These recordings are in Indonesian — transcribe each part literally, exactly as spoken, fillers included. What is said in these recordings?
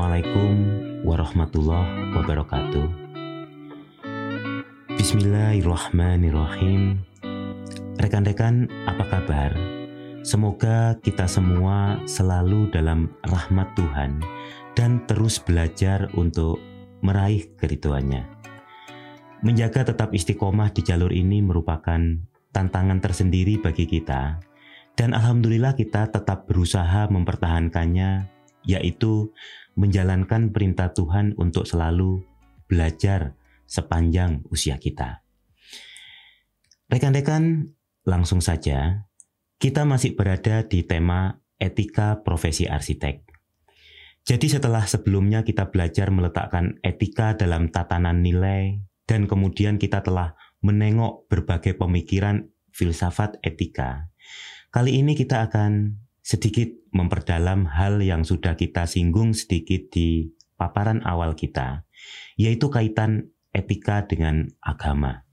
Assalamualaikum warahmatullahi wabarakatuh. Bismillahirrahmanirrahim. Rekan-rekan, apa kabar? Semoga kita semua selalu dalam rahmat Tuhan dan terus belajar untuk meraih keridhoannya. Menjaga tetap istiqomah di jalur ini merupakan tantangan tersendiri bagi kita, dan alhamdulillah kita tetap berusaha mempertahankannya, yaitu menjalankan perintah Tuhan untuk selalu belajar sepanjang usia kita. Rekan-rekan, langsung saja, kita masih berada di tema etika profesi arsitek. Jadi setelah sebelumnya kita belajar meletakkan etika dalam tatanan nilai, dan kemudian kita telah menengok berbagai pemikiran filsafat etika, kali ini kita akan sedikit memperdalam hal yang sudah kita singgung sedikit di paparan awal kita, yaitu kaitan etika dengan agama.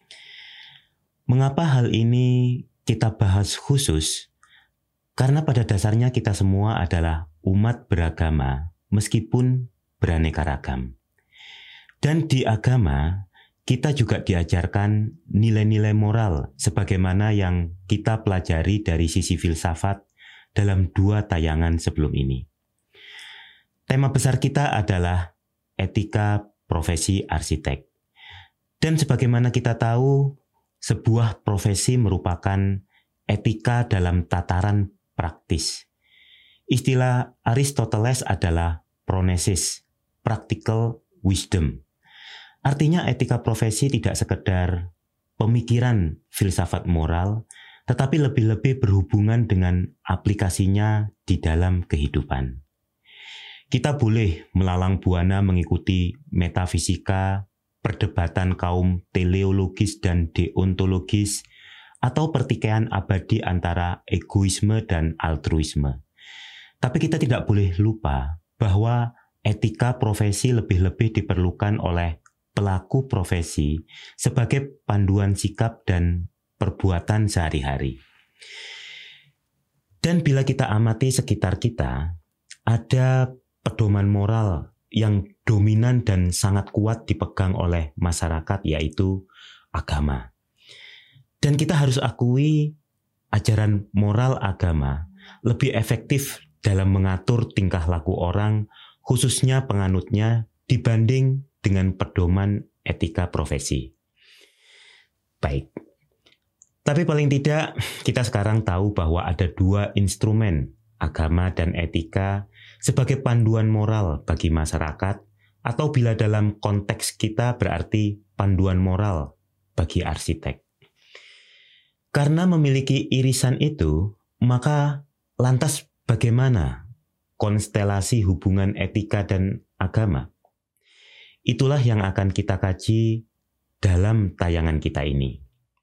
Mengapa hal ini kita bahas khusus? Karena pada dasarnya kita semua adalah umat beragama, meskipun beraneka ragam. Dan di agama, kita juga diajarkan nilai-nilai moral sebagaimana yang kita pelajari dari sisi filsafat dalam dua tayangan sebelum ini. Tema besar kita adalah etika profesi arsitek. Dan sebagaimana kita tahu, sebuah profesi merupakan etika dalam tataran praktis. Istilah Aristoteles adalah pronesis, practical wisdom. Artinya etika profesi tidak sekedar pemikiran filsafat moral, tetapi lebih-lebih berhubungan dengan aplikasinya di dalam kehidupan. Kita boleh melalang buana mengikuti metafisika, perdebatan kaum teleologis dan deontologis, atau pertikaian abadi antara egoisme dan altruisme. Tapi kita tidak boleh lupa bahwa etika profesi lebih-lebih diperlukan oleh pelaku profesi sebagai panduan sikap dan perbuatan sehari-hari. Dan bila kita amati sekitar kita, ada pedoman moral yang dominan dan sangat kuat dipegang oleh masyarakat, yaitu agama. Dan kita harus akui ajaran moral agama lebih efektif dalam mengatur tingkah laku orang, khususnya penganutnya, dibanding dengan pedoman etika profesi. Baik. Tapi paling tidak, kita sekarang tahu bahwa ada dua instrumen, agama dan etika, sebagai panduan moral bagi masyarakat, atau bila dalam konteks kita berarti panduan moral bagi arsitek. Karena memiliki irisan itu, maka lantas bagaimana konstelasi hubungan etika dan agama? Itulah yang akan kita kaji dalam tayangan kita ini.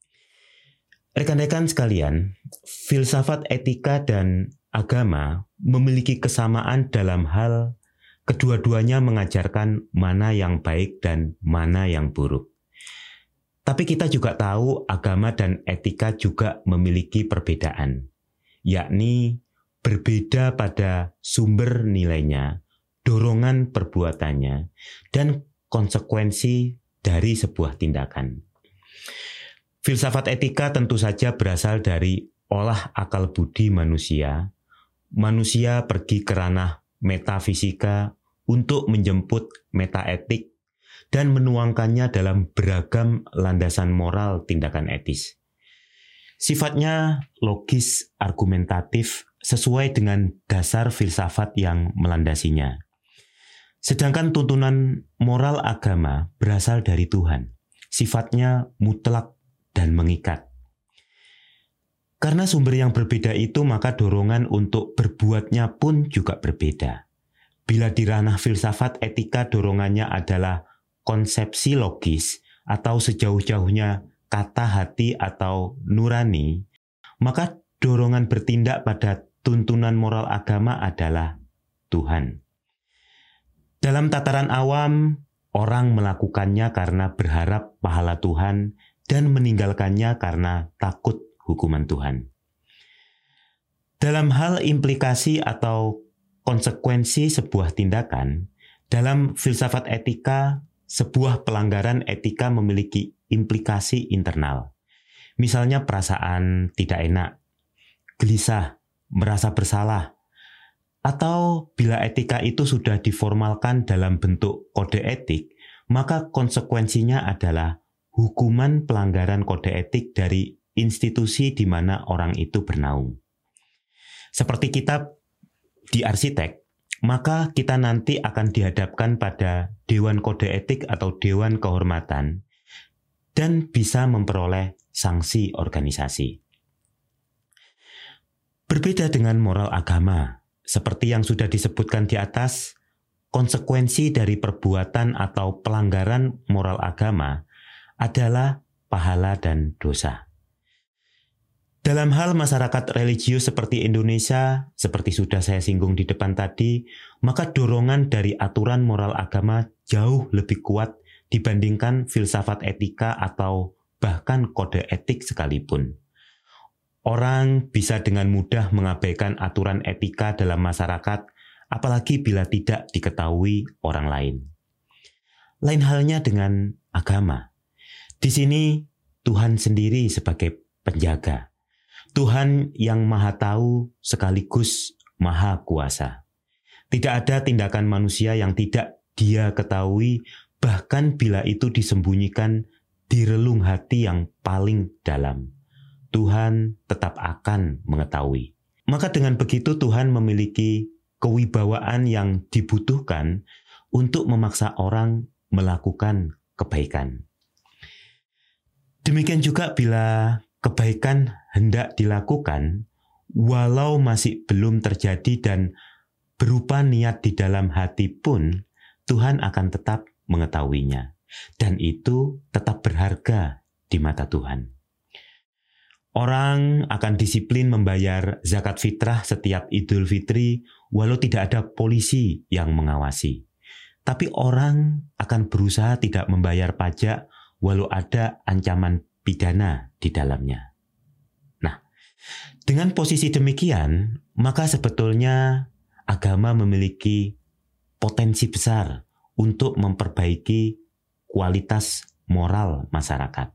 Rekan-rekan sekalian, filsafat etika dan agama memiliki kesamaan dalam hal kedua-duanya mengajarkan mana yang baik dan mana yang buruk. Tapi kita juga tahu agama dan etika juga memiliki perbedaan, yakni berbeda pada sumber nilainya, dorongan perbuatannya, dan konsekuensi dari sebuah tindakan. Filsafat etika tentu saja berasal dari olah akal budi manusia. Manusia pergi ke ranah metafisika untuk menjemput metaetik dan menuangkannya dalam beragam landasan moral tindakan etis. Sifatnya logis, argumentatif, sesuai dengan dasar filsafat yang melandasinya. Sedangkan tuntunan moral agama berasal dari Tuhan. Sifatnya mutlak dan mengikat. Karena sumber yang berbeda itu, maka dorongan untuk berbuatnya pun juga berbeda. Bila di ranah filsafat etika dorongannya adalah konsepsi logis atau sejauh-jauhnya kata hati atau nurani, maka dorongan bertindak pada tuntunan moral agama adalah Tuhan. Dalam tataran awam, orang melakukannya karena berharap pahala Tuhan dan meninggalkannya karena takut hukuman Tuhan. Dalam hal implikasi atau konsekuensi sebuah tindakan, dalam filsafat etika, sebuah pelanggaran etika memiliki implikasi internal. Misalnya perasaan tidak enak, gelisah, merasa bersalah, atau bila etika itu sudah diformalkan dalam bentuk kode etik, maka konsekuensinya adalah hukuman pelanggaran kode etik dari institusi di mana orang itu bernaung. Seperti kita di arsitek, maka kita nanti akan dihadapkan pada Dewan Kode Etik atau Dewan Kehormatan dan bisa memperoleh sanksi organisasi. Berbeda dengan moral agama, seperti yang sudah disebutkan di atas, konsekuensi dari perbuatan atau pelanggaran moral agama adalah pahala dan dosa. Dalam hal masyarakat religius seperti Indonesia, seperti sudah saya singgung di depan tadi, maka dorongan dari aturan moral agama jauh lebih kuat dibandingkan filsafat etika atau bahkan kode etik sekalipun. Orang bisa dengan mudah mengabaikan aturan etika dalam masyarakat, apalagi bila tidak diketahui orang lain. Lain halnya dengan agama. Di sini Tuhan sendiri sebagai penjaga. Tuhan yang maha tahu sekaligus maha kuasa. Tidak ada tindakan manusia yang tidak Dia ketahui, bahkan bila itu disembunyikan di relung hati yang paling dalam. Tuhan tetap akan mengetahui. Maka dengan begitu Tuhan memiliki kewibawaan yang dibutuhkan untuk memaksa orang melakukan kebaikan. Demikian juga bila kebaikan hendak dilakukan, walau masih belum terjadi dan berupa niat di dalam hati pun, Tuhan akan tetap mengetahuinya. Dan itu tetap berharga di mata Tuhan. Orang akan disiplin membayar zakat fitrah setiap Idul Fitri walau tidak ada polisi yang mengawasi. Tapi orang akan berusaha tidak membayar pajak walau ada ancaman pidana di dalamnya. Nah, dengan posisi demikian, maka sebetulnya agama memiliki potensi besar untuk memperbaiki kualitas moral masyarakat.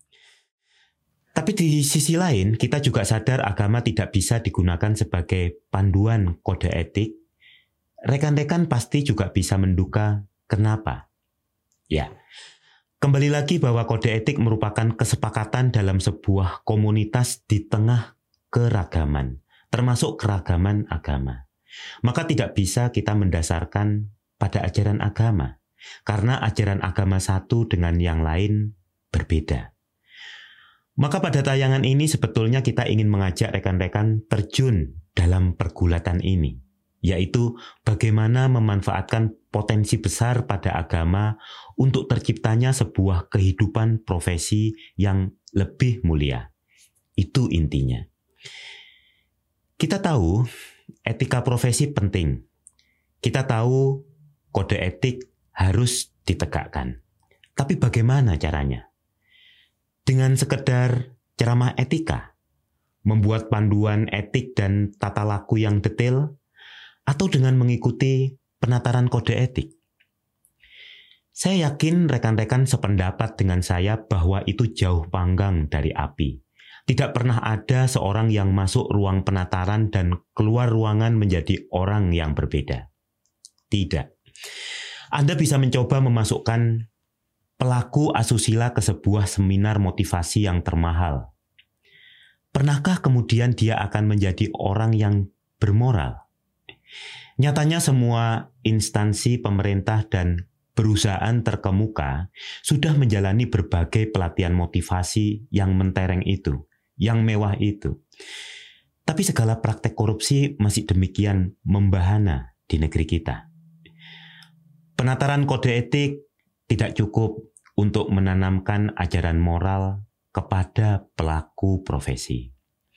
Tapi di sisi lain, kita juga sadar agama tidak bisa digunakan sebagai panduan kode etik. Rekan-rekan pasti juga bisa menduga kenapa. Ya, kembali lagi bahwa kode etik merupakan kesepakatan dalam sebuah komunitas di tengah keragaman, termasuk keragaman agama. Maka tidak bisa kita mendasarkan pada ajaran agama, karena ajaran agama satu dengan yang lain berbeda. Maka pada tayangan ini sebetulnya kita ingin mengajak rekan-rekan terjun dalam pergulatan ini, yaitu bagaimana memanfaatkan potensi besar pada agama untuk terciptanya sebuah kehidupan profesi yang lebih mulia. Itu intinya. Kita tahu etika profesi penting. Kita tahu kode etik harus ditegakkan. Tapi bagaimana caranya? Dengan sekedar ceramah etika, membuat panduan etik dan tata laku yang detail, atau dengan mengikuti penataran kode etik? Saya yakin rekan-rekan sependapat dengan saya bahwa itu jauh panggang dari api. Tidak pernah ada seorang yang masuk ruang penataran dan keluar ruangan menjadi orang yang berbeda. Tidak. Anda bisa mencoba memasukkan pelaku asusila ke sebuah seminar motivasi yang termahal. Pernahkah kemudian dia akan menjadi orang yang bermoral? Nyatanya semua instansi pemerintah dan perusahaan terkemuka sudah menjalani berbagai pelatihan motivasi yang mentereng itu, yang mewah itu. Tapi segala praktek korupsi masih demikian membahana di negeri kita. Penataran kode etik tidak cukup untuk menanamkan ajaran moral kepada pelaku profesi.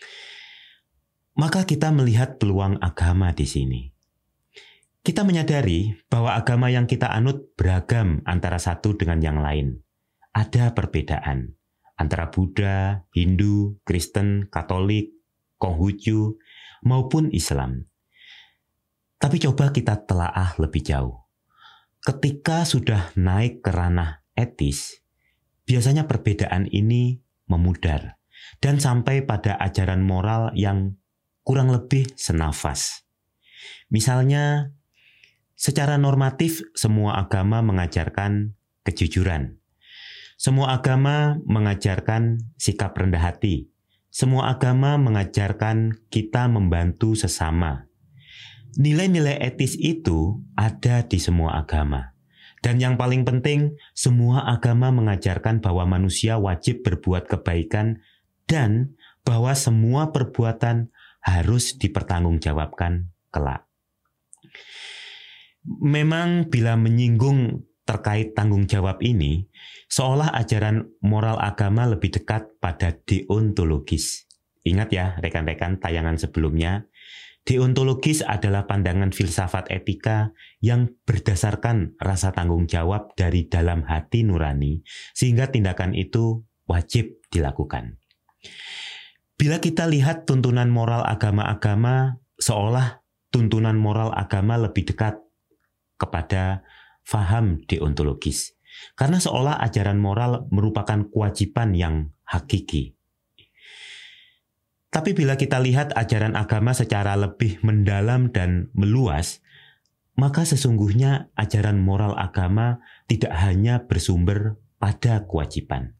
Maka kita melihat peluang agama di sini. Kita menyadari bahwa agama yang kita anut beragam antara satu dengan yang lain. Ada perbedaan antara Buddha, Hindu, Kristen, Katolik, Konghucu, maupun Islam. Tapi coba kita telaah lebih jauh. Ketika sudah naik ke ranah etis, biasanya perbedaan ini memudar dan sampai pada ajaran moral yang kurang lebih senafas. Misalnya, secara normatif semua agama mengajarkan kejujuran. Semua agama mengajarkan sikap rendah hati. Semua agama mengajarkan kita membantu sesama. Nilai-nilai etis itu ada di semua agama. Dan yang paling penting, semua agama mengajarkan bahwa manusia wajib berbuat kebaikan dan bahwa semua perbuatan harus dipertanggungjawabkan kelak. Memang bila menyinggung terkait tanggung jawab ini, seolah ajaran moral agama lebih dekat pada deontologis. Ingat ya rekan-rekan tayangan sebelumnya, deontologis adalah pandangan filsafat etika yang berdasarkan rasa tanggung jawab dari dalam hati nurani, sehingga tindakan itu wajib dilakukan. Bila kita lihat tuntunan moral agama-agama, seolah tuntunan moral agama lebih dekat kepada faham deontologis. Karena seolah ajaran moral merupakan kewajiban yang hakiki. Tapi bila kita lihat ajaran agama secara lebih mendalam dan meluas, maka sesungguhnya ajaran moral agama tidak hanya bersumber pada kewajiban.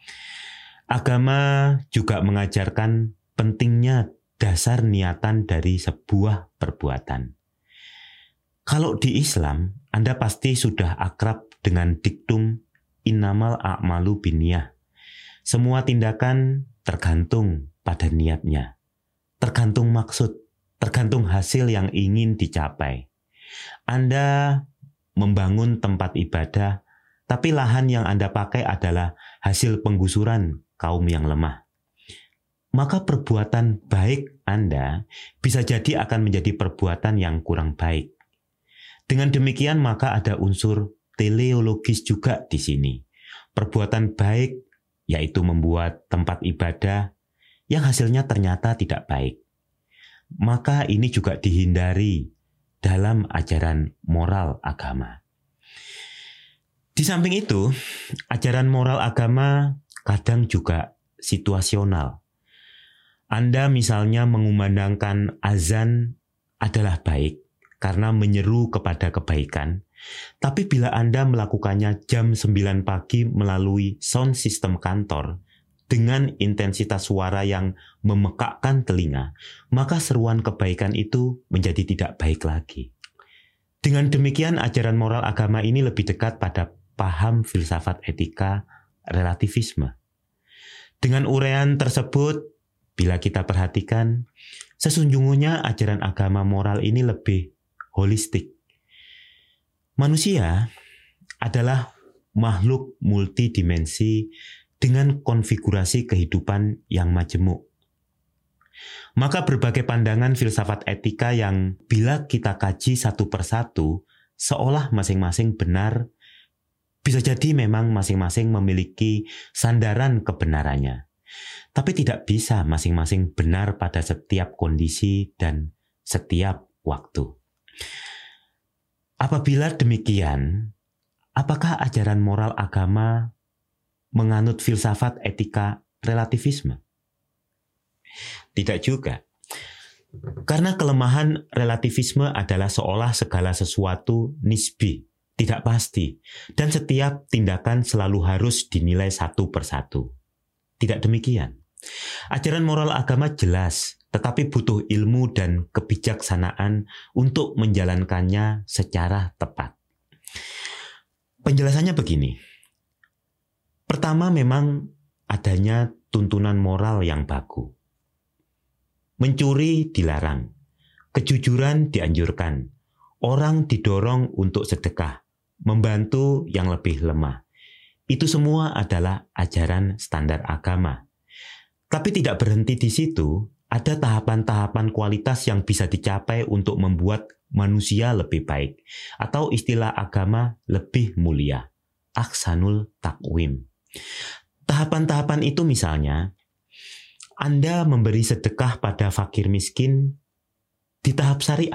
Agama juga mengajarkan pentingnya dasar niatan dari sebuah perbuatan. Kalau di Islam, Anda pasti sudah akrab dengan diktum innamal a'malu binniyah. Semua tindakan tergantung pada niatnya, tergantung maksud, tergantung hasil yang ingin dicapai. Anda membangun tempat ibadah, tapi lahan yang Anda pakai adalah hasil penggusuran kaum yang lemah. Maka perbuatan baik Anda bisa jadi akan menjadi perbuatan yang kurang baik. Dengan demikian maka ada unsur teleologis juga di sini. Perbuatan baik yaitu membuat tempat ibadah yang hasilnya ternyata tidak baik. Maka ini juga dihindari dalam ajaran moral agama. Di samping itu, ajaran moral agama kadang juga situasional. Anda misalnya mengumandangkan azan adalah baik karena menyeru kepada kebaikan, tapi bila Anda melakukannya jam sembilan pagi melalui sound system kantor dengan intensitas suara yang memekakkan telinga, maka seruan kebaikan itu menjadi tidak baik lagi. Dengan demikian, ajaran moral agama ini lebih dekat pada paham filsafat etika relativisme. Dengan uraian tersebut, bila kita perhatikan, sesungguhnya ajaran agama moral ini lebih holistik. Manusia adalah makhluk multidimensi dengan konfigurasi kehidupan yang majemuk. Maka berbagai pandangan filsafat etika yang bila kita kaji satu persatu, seolah masing-masing benar, bisa jadi memang masing-masing memiliki sandaran kebenarannya. Tapi tidak bisa masing-masing benar pada setiap kondisi dan setiap waktu. Apabila demikian, apakah ajaran moral agama menganut filsafat etika relativisme? Tidak juga. Karena kelemahan relativisme adalah seolah segala sesuatu nisbi, tidak pasti, dan setiap tindakan selalu harus dinilai satu persatu. Tidak demikian. Ajaran moral agama jelas, tetapi butuh ilmu dan kebijaksanaan untuk menjalankannya secara tepat. Penjelasannya begini. Pertama, memang adanya tuntunan moral yang baku. Mencuri dilarang, kejujuran dianjurkan, orang didorong untuk sedekah, membantu yang lebih lemah. Itu semua adalah ajaran standar agama. Tapi tidak berhenti di situ, ada tahapan-tahapan kualitas yang bisa dicapai untuk membuat manusia lebih baik, atau istilah agama lebih mulia, ahsanul taqwim. Tahapan-tahapan itu misalnya, Anda memberi sedekah pada fakir miskin, di tahap syariat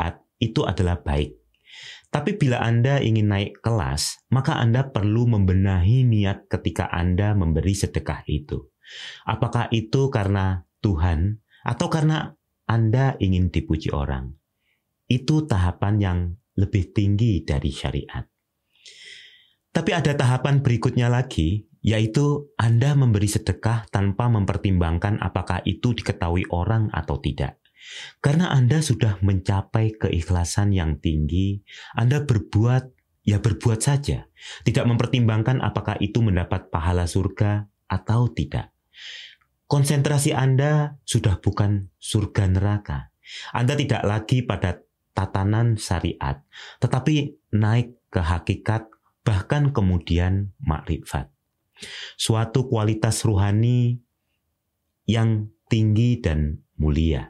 itu adalah baik. Tapi bila Anda ingin naik kelas, maka Anda perlu membenahi niat ketika Anda memberi sedekah itu. Apakah itu karena Tuhan atau karena Anda ingin dipuji orang? Itu tahapan yang lebih tinggi dari syariat. Tapi ada tahapan berikutnya lagi, yaitu Anda memberi sedekah tanpa mempertimbangkan apakah itu diketahui orang atau tidak. Karena Anda sudah mencapai keikhlasan yang tinggi, Anda berbuat, ya berbuat saja. Tidak mempertimbangkan apakah itu mendapat pahala surga atau tidak. Konsentrasi Anda sudah bukan surga neraka. Anda tidak lagi pada tatanan syariat, tetapi naik ke hakikat, bahkan kemudian makrifat. Suatu kualitas ruhani yang tinggi dan mulia.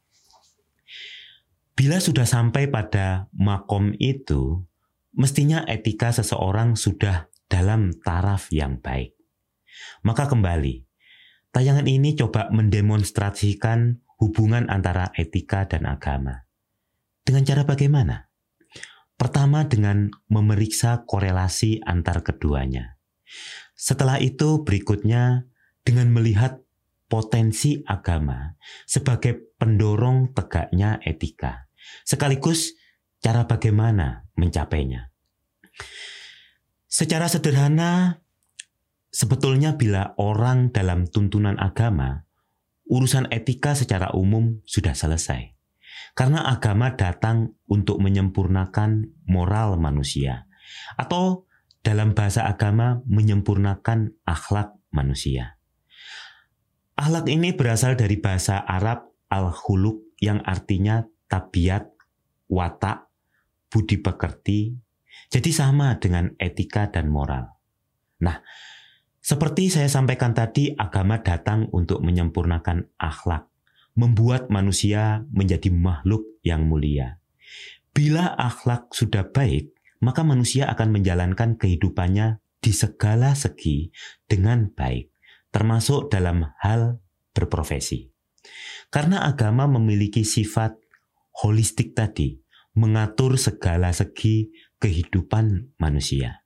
Bila sudah sampai pada makom itu, mestinya etika seseorang sudah dalam taraf yang baik. Maka kembali, tayangan ini coba mendemonstrasikan hubungan antara etika dan agama. Dengan cara bagaimana? Pertama, dengan memeriksa korelasi antar keduanya. Setelah itu berikutnya dengan melihat potensi agama sebagai pendorong tegaknya etika, sekaligus cara bagaimana mencapainya. Secara sederhana, sebetulnya bila orang dalam tuntunan agama, urusan etika secara umum sudah selesai. Karena agama datang untuk menyempurnakan moral manusia, atau dalam bahasa agama menyempurnakan akhlak manusia. Akhlak ini berasal dari bahasa Arab al-khuluq yang artinya tabiat, watak, budi pekerti, jadi sama dengan etika dan moral. Nah, seperti saya sampaikan tadi, agama datang untuk menyempurnakan akhlak, membuat manusia menjadi makhluk yang mulia. Bila akhlak sudah baik, maka manusia akan menjalankan kehidupannya di segala segi dengan baik, termasuk dalam hal berprofesi. Karena agama memiliki sifat holistik tadi, mengatur segala segi kehidupan manusia.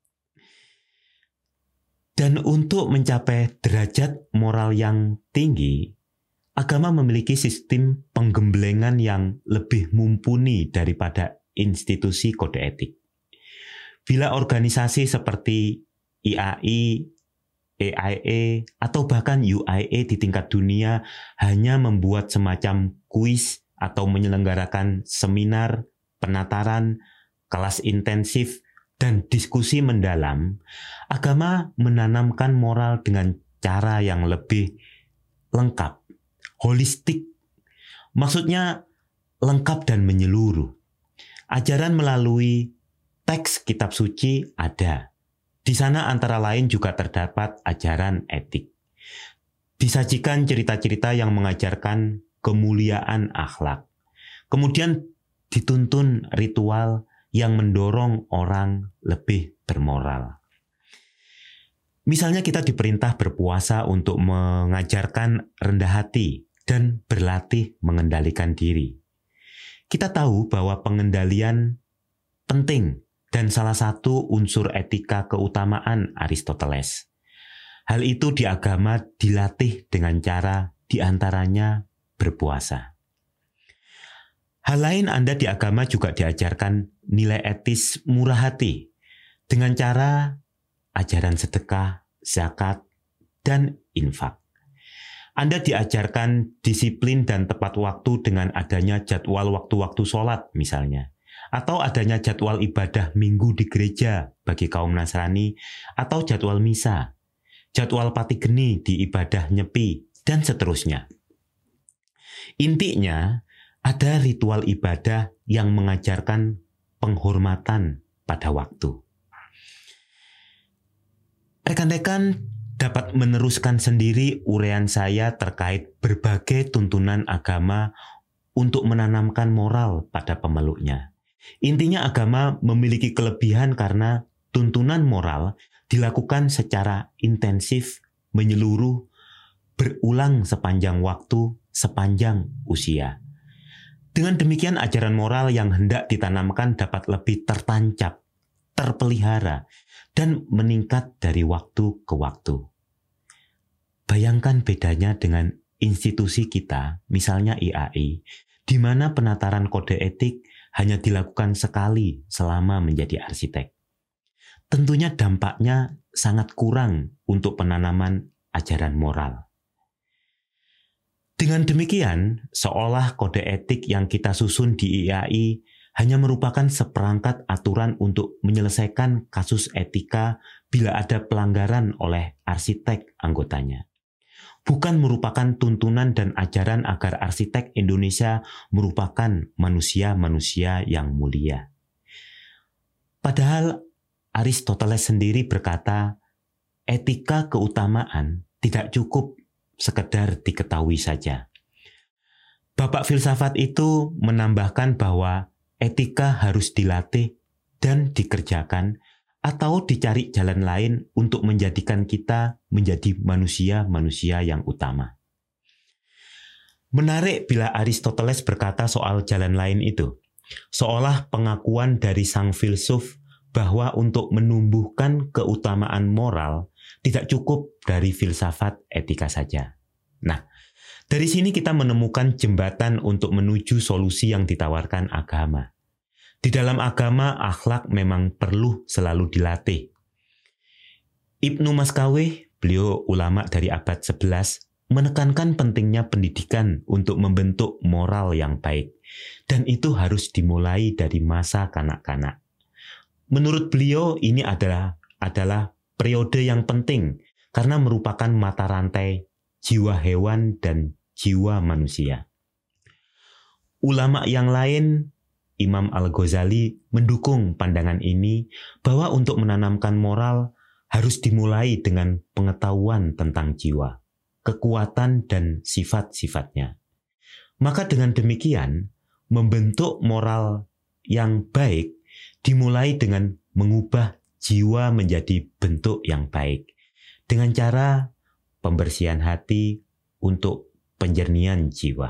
Dan untuk mencapai derajat moral yang tinggi, agama memiliki sistem penggemblengan yang lebih mumpuni daripada institusi kode etik. Bila organisasi seperti I A I, A I A, atau bahkan U I A di tingkat dunia hanya membuat semacam kuis atau menyelenggarakan seminar, penataran, kelas intensif, dan diskusi mendalam, agama menanamkan moral dengan cara yang lebih lengkap, holistik. Maksudnya lengkap dan menyeluruh. Ajaran melalui teks kitab suci ada. Di sana antara lain juga terdapat ajaran etik. Disajikan cerita-cerita yang mengajarkan kemuliaan akhlak. Kemudian dituntun ritual yang mendorong orang lebih bermoral. Misalnya kita diperintah berpuasa untuk mengajarkan rendah hati dan berlatih mengendalikan diri. Kita tahu bahwa pengendalian penting dan salah satu unsur etika keutamaan Aristoteles. Hal itu di agama dilatih dengan cara diantaranya berpuasa. Hal lain Anda di agama juga diajarkan nilai etis murah hati dengan cara ajaran sedekah, zakat, dan infak. Anda diajarkan disiplin dan tepat waktu dengan adanya jadwal waktu-waktu sholat misalnya, atau adanya jadwal ibadah minggu di gereja bagi kaum Nasrani, atau jadwal misa, jadwal patigeni di ibadah nyepi, dan seterusnya. Intinya, ada ritual ibadah yang mengajarkan penghormatan pada waktu. Rekan-rekan dapat meneruskan sendiri uraian saya terkait berbagai tuntunan agama untuk menanamkan moral pada pemeluknya. Intinya agama memiliki kelebihan karena tuntunan moral dilakukan secara intensif, menyeluruh, berulang sepanjang waktu, sepanjang usia. Dengan demikian ajaran moral yang hendak ditanamkan dapat lebih tertancap, terpelihara, dan meningkat dari waktu ke waktu. Bayangkan bedanya dengan institusi kita, misalnya I A I, di mana penataran kode etik hanya dilakukan sekali selama menjadi arsitek. Tentunya dampaknya sangat kurang untuk penanaman ajaran moral. Dengan demikian, seolah kode etik yang kita susun di I A I hanya merupakan seperangkat aturan untuk menyelesaikan kasus etika bila ada pelanggaran oleh arsitek anggotanya. Bukan merupakan tuntunan dan ajaran agar arsitek Indonesia merupakan manusia-manusia yang mulia. Padahal Aristoteles sendiri berkata, etika keutamaan tidak cukup sekedar diketahui saja. Bapak filsafat itu menambahkan bahwa etika harus dilatih dan dikerjakan atau dicari jalan lain untuk menjadikan kita menjadi manusia-manusia yang utama. Menarik bila Aristoteles berkata soal jalan lain itu, seolah pengakuan dari sang filsuf bahwa untuk menumbuhkan keutamaan moral tidak cukup dari filsafat etika saja. Nah, dari sini kita menemukan jembatan untuk menuju solusi yang ditawarkan agama. Di dalam agama, akhlak memang perlu selalu dilatih. Ibnu Maskawih, beliau ulama dari abad sebelas, menekankan pentingnya pendidikan untuk membentuk moral yang baik. Dan itu harus dimulai dari masa kanak-kanak. Menurut beliau, ini adalah adalah periode yang penting karena merupakan mata rantai jiwa hewan dan jiwa manusia. Ulama yang lain, Imam Al-Ghazali, mendukung pandangan ini bahwa untuk menanamkan moral harus dimulai dengan pengetahuan tentang jiwa, kekuatan dan sifat-sifatnya. Maka dengan demikian, membentuk moral yang baik dimulai dengan mengubah jiwa menjadi bentuk yang baik dengan cara pembersihan hati untuk penjernihan jiwa.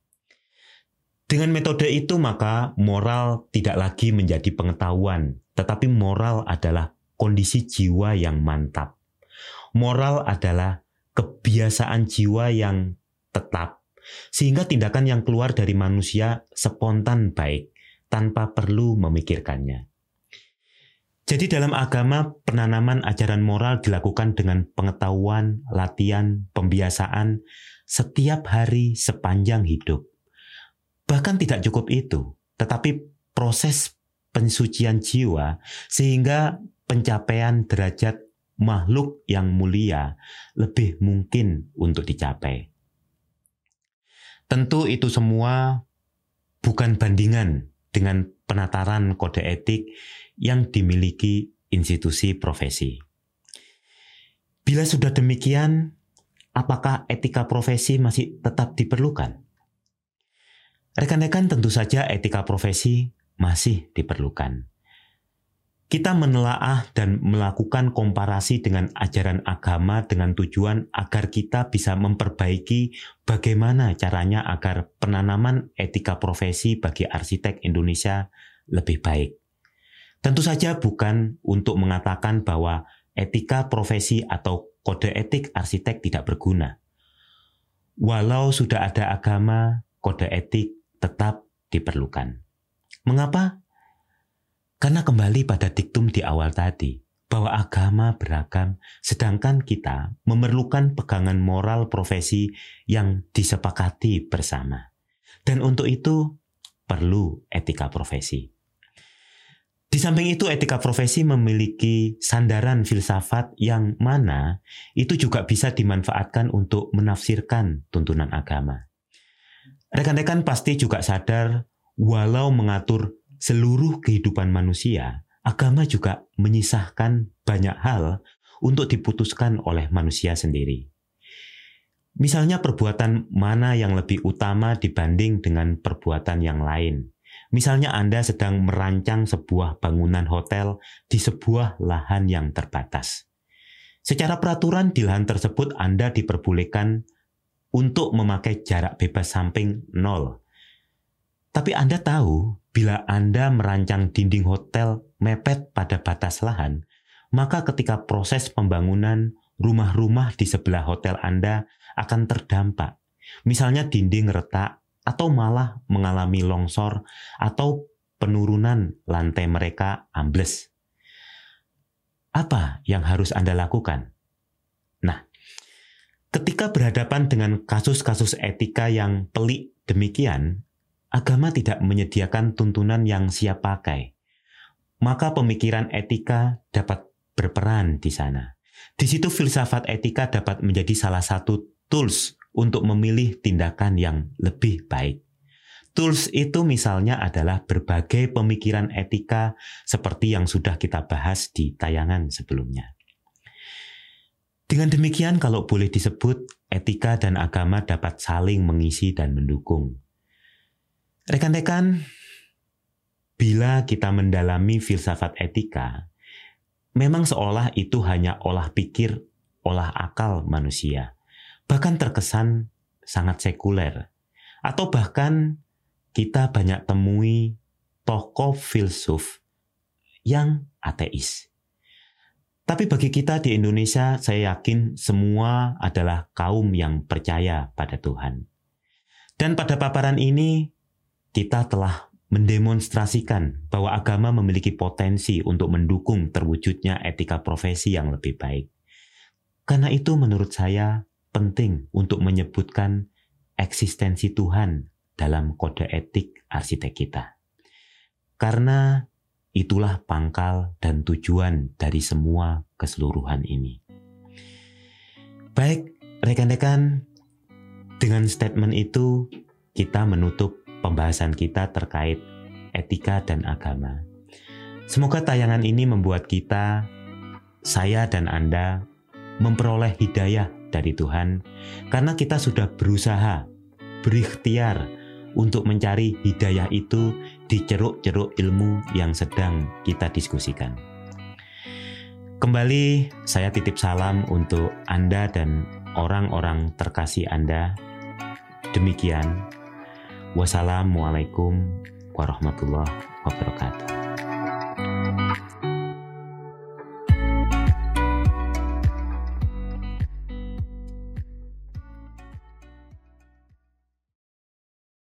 Dengan metode itu maka moral tidak lagi menjadi pengetahuan, tetapi moral adalah kondisi jiwa yang mantap. Moral adalah kebiasaan jiwa yang tetap, sehingga tindakan yang keluar dari manusia spontan baik tanpa perlu memikirkannya. Jadi dalam agama, penanaman ajaran moral dilakukan dengan pengetahuan, latihan, pembiasaan setiap hari sepanjang hidup. Bahkan tidak cukup itu, tetapi proses pensucian jiwa sehingga pencapaian derajat makhluk yang mulia lebih mungkin untuk dicapai. Tentu itu semua bukan bandingan dengan penataran kode etik yang dimiliki institusi profesi. Bila sudah demikian, apakah etika profesi masih tetap diperlukan? Rekan-rekan, tentu saja etika profesi masih diperlukan. Kita menelaah dan melakukan komparasi dengan ajaran agama dengan tujuan agar kita bisa memperbaiki bagaimana caranya agar penanaman etika profesi bagi arsitek Indonesia lebih baik. Tentu saja bukan untuk mengatakan bahwa etika profesi atau kode etik arsitek tidak berguna. Walau sudah ada agama, kode etik tetap diperlukan. Mengapa? Karena kembali pada diktum di awal tadi, bahwa agama beragam, sedangkan kita memerlukan pegangan moral profesi yang disepakati bersama. Dan untuk itu perlu etika profesi. Di samping itu, etika profesi memiliki sandaran filsafat yang mana itu juga bisa dimanfaatkan untuk menafsirkan tuntunan agama. Rekan-rekan pasti juga sadar, walau mengatur seluruh kehidupan manusia, agama juga menyisahkan banyak hal untuk diputuskan oleh manusia sendiri. Misalnya perbuatan mana yang lebih utama dibanding dengan perbuatan yang lain. Misalnya Anda sedang merancang sebuah bangunan hotel di sebuah lahan yang terbatas. Secara peraturan di lahan tersebut Anda diperbolehkan untuk memakai jarak bebas samping nol. Tapi Anda tahu, bila Anda merancang dinding hotel mepet pada batas lahan, maka ketika proses pembangunan, rumah-rumah di sebelah hotel Anda akan terdampak. Misalnya dinding retak, atau malah mengalami longsor, atau penurunan lantai mereka ambles. Apa yang harus Anda lakukan? Nah, ketika berhadapan dengan kasus-kasus etika yang pelik demikian, agama tidak menyediakan tuntunan yang siap pakai. Maka pemikiran etika dapat berperan di sana. Di situ filsafat etika dapat menjadi salah satu tools untuk memilih tindakan yang lebih baik. Tools itu misalnya adalah berbagai pemikiran etika seperti yang sudah kita bahas di tayangan sebelumnya. Dengan demikian, kalau boleh disebut, etika dan agama dapat saling mengisi dan mendukung. Rekan-rekan, bila kita mendalami filsafat etika, memang seolah itu hanya olah pikir, olah akal manusia. Bahkan terkesan sangat sekuler. Atau bahkan kita banyak temui tokoh filsuf yang ateis. Tapi bagi kita di Indonesia, saya yakin semua adalah kaum yang percaya pada Tuhan. Dan pada paparan ini, kita telah mendemonstrasikan bahwa agama memiliki potensi untuk mendukung terwujudnya etika profesi yang lebih baik. Karena itu menurut saya penting untuk menyebutkan eksistensi Tuhan dalam kode etik arsitek kita. Karena itulah pangkal dan tujuan dari semua keseluruhan ini. Baik, rekan-rekan, dengan statement itu kita menutup pembahasan kita terkait etika dan agama. Semoga tayangan ini membuat kita, saya dan Anda, memperoleh hidayah dari Tuhan, karena kita sudah berusaha, berikhtiar untuk mencari hidayah itu di ceruk-ceruk ilmu yang sedang kita diskusikan. Kembali saya titip salam untuk Anda dan orang-orang terkasih Anda. Demikian. Wassalamualaikum warahmatullahi wabarakatuh.